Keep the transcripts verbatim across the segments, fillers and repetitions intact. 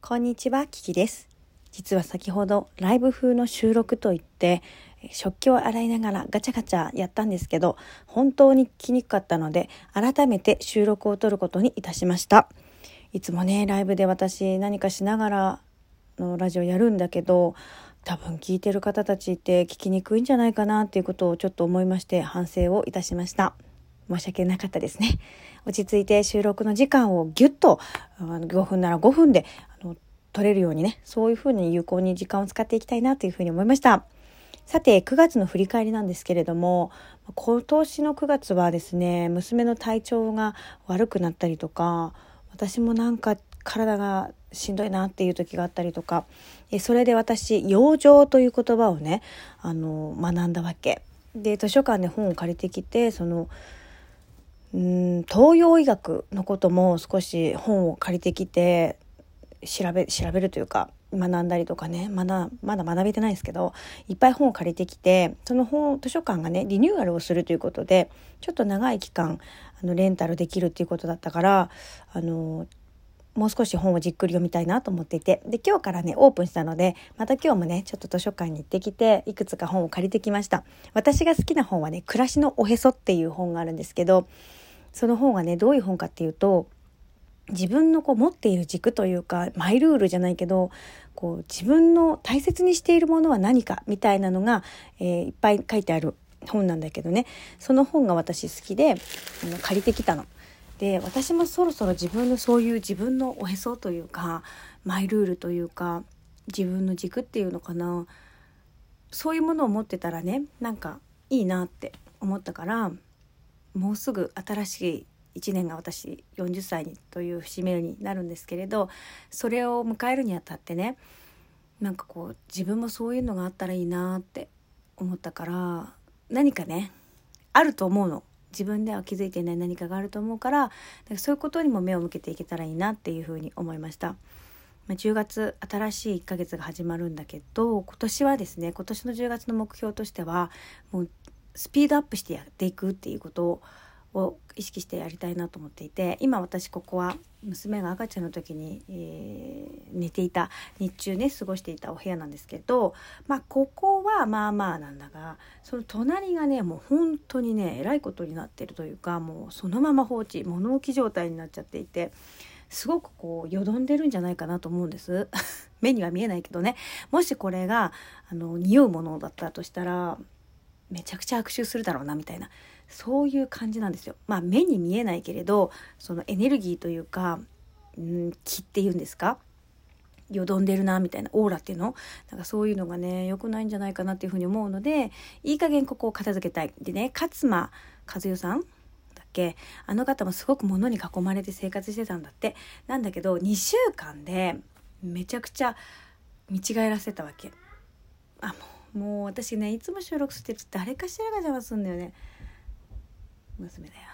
こんにちは、キキです。実は先ほどライブ風の収録といって食器を洗いながらガチャガチャやったんですけど、本当に聞きにくかったので改めて収録を撮ることにいたしました。いつもねライブで私何かしながらのラジオやるんだけど、多分聞いてる方たちって聞きにくいんじゃないかなっていうことをちょっと思いまして反省をいたしました。申し訳なかったですね。落ち着いて収録の時間をギュッとごふんならごふんであの撮れるようにね、そういうふうに有効に時間を使っていきたいなというふうに思いました。さてくがつの振り返りなんですけれども、今年のくがつはですね、娘の体調が悪くなったりとか、私もなんか体がしんどいなっていう時があったりとか、それで私養生という言葉をねあの学んだわけで、図書館で本を借りてきて、そのうん東洋医学のことも少し本を借りてきて調べ調べるというか学んだりとかね、まだまだ学べてないですけど、いっぱい本を借りてきて、その本図書館がねリニューアルをするということで、ちょっと長い期間あのレンタルできるっていうことだったから、あのもう少し本をじっくり読みたいなと思っていて、で今日からねオープンしたので、また今日もねちょっと図書館に行ってきて、いくつか本を借りてきました。私が好きな本はね、暮らしのおへそっていう本があるんですけど、その本はねどういう本かっていうと、自分のこう持っている軸というか、マイルールじゃないけど、こう自分の大切にしているものは何かみたいなのが、えー、いっぱい書いてある本なんだけどね、その本が私好きであの借りてきたので、私もそろそろ自分のそういう自分のおへそというか、マイルールというか、自分の軸っていうのかな、そういうものを持ってたらね、なんかいいなって思ったから、もうすぐ新しいいちねんが私よんじゅっさいにという節目になるんですけれど、それを迎えるにあたってね、なんかこう自分もそういうのがあったらいいなって思ったから、何かねあると思うの、自分では気づいていない何かがあると思うから、だからそういうことにも目を向けていけたらいいなっていうふうに思いました。まあ、じゅうがつ新しいいっかげつが始まるんだけど、今年はですね、今年のじゅうがつの目標としてはもうスピードアップしてやっていくっていうことをを意識してやりたいなと思っていて、今私ここは娘が赤ちゃんの時に、えー、寝ていた日中ね過ごしていたお部屋なんですけど、まあここはまあまあなんだが、その隣がねもう本当にねえらいことになっているというか、もうそのまま放置物置状態になっちゃっていて、すごくこうよどんでるんじゃないかなと思うんです目には見えないけどね。もしこれがあの匂うものだったとしたらめちゃくちゃ悪臭するだろうなみたいな、そういう感じなんですよ。まあ目に見えないけれど、そのエネルギーというか、ん気っていうんですか、よどんでるなみたいなオーラっていうの、なんかそういうのがね良くないんじゃないかなっていうふうに思うので、いい加減ここを片付けたい。でね、勝間和代さんだっけ、あの方もすごく物に囲まれて生活してたんだって。なんだけどにしゅうかんでめちゃくちゃ見違えらせたわけ。あもうもう私ねいつも収録してると誰かしらが邪魔するんだよね。娘だよ。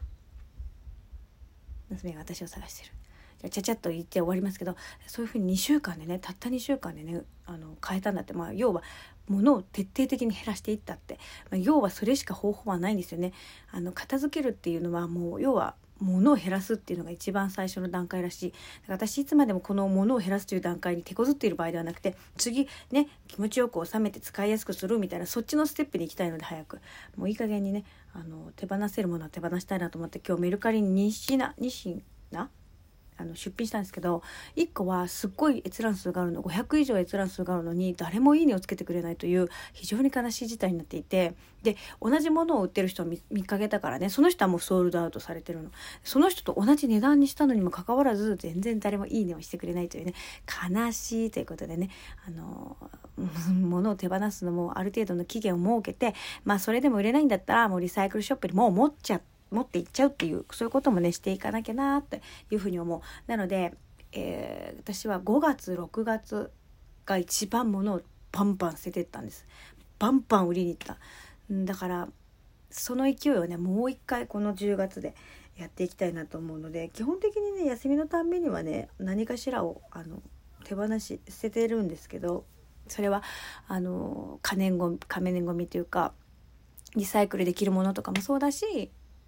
娘が私を探してる。じゃあちゃちゃっと言って終わりますけど、そういうふうににしゅうかんでね、たったにしゅうかんでねあの変えたんだって。まあ要は物を徹底的に減らしていったって、まあ、要はそれしか方法はないんですよね。あの片付けるっていうのはもう要は物を減らすっていうのが一番最初の段階らしい。だから私いつまでもこの物を減らすという段階に手こずっている場合ではなくて、次ね気持ちよく収めて使いやすくするみたいな、そっちのステップに行きたいので、早くもういい加減にねあの手放せるものは手放したいなと思って、今日メルカリに日品日清なあの出品したんですけど、いっこはすっごい閲覧数があるの、ごひゃく以上閲覧数があるのに誰もいいねをつけてくれないという非常に悲しい事態になっていて、で同じものを売ってる人を 見, 見かけたからね、その人はもうソールドアウトされてるの。その人と同じ値段にしたのにもかかわらず全然誰もいいねをしてくれないというね、悲しいということでね、あの物を手放すのもある程度の期限を設けて、まあそれでも売れないんだったらもうリサイクルショップにもう持っちゃって持っていっちゃうっていう、そういうこともねしていかなきゃなっていうふうに思う。なので、えー、私はごがつろくがつが一番物をバンバン捨ててったんです。バンバン売りに行った。だからその勢いをねもう一回このじゅうがつでやっていきたいなと思うので、基本的にね休みのたんびにはね何かしらをあの手放し捨ててるんですけど、それはあの可燃ごみ可燃ごみというかリサイクルできるものとかもそうだし、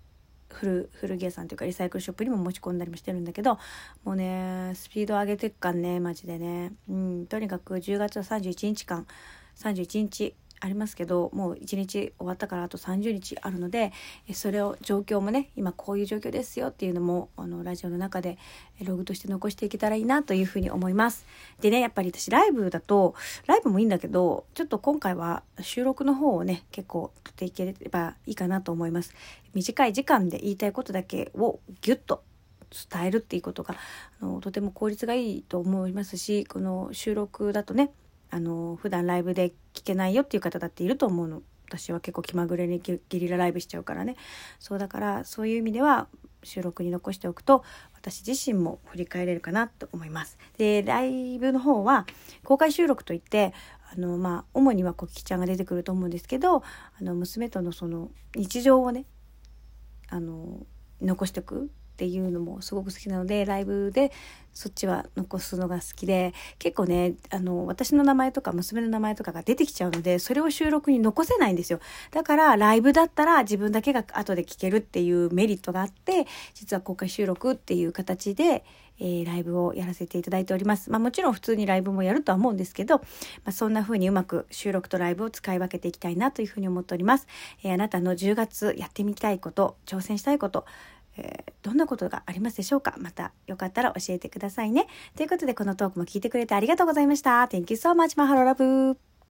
古古着屋さんというかリサイクルショップにも持ち込んだりもしてるんだけど、もうねスピード上げてっかんねマジでね、うん、とにかくじゅうがつはさんじゅういちにちかんさんじゅういちにちありますけど、もういちにち終わったからあとさんじゅうにちあるので、それを状況もね今こういう状況ですよっていうのもあのラジオの中でログとして残していけたらいいなというふうに思います。でねやっぱり私ライブだとライブもいいんだけど、ちょっと今回は収録の方をね結構撮っていければいいかなと思います。短い時間で言いたいことだけをギュッと伝えるっていうことがあのとても効率がいいと思いますし、この収録だとねあの普段ライブで聞けないよっていう方だっていると思うの。私は結構気まぐれにゲリラライブしちゃうからね。そうだからそういう意味では収録に残しておくと私自身も振り返れるかなと思います。でライブの方は公開収録といってあのまあ主にはコキちゃんが出てくると思うんですけど、あの娘とのその日常をねあの残しておくっていうのもすごく好きなので、ライブでそっちは残すのが好きで、結構ねあの私の名前とか娘の名前とかが出てきちゃうのでそれを収録に残せないんですよ。だからライブだったら自分だけが後で聞けるっていうメリットがあって、実は公開収録っていう形で、えー、ライブをやらせていただいております。まあもちろん普通にライブもやるとは思うんですけど、まあ、そんな風にうまく収録とライブを使い分けていきたいなというふうに思っております。えー、あなたのじゅうがつやってみたいこと、挑戦したいこと、えー、どんなことがありますでしょうか。またよかったら教えてくださいね。ということでこのトークも聞いてくれてありがとうございました。 Thank you so much, マハロラブ。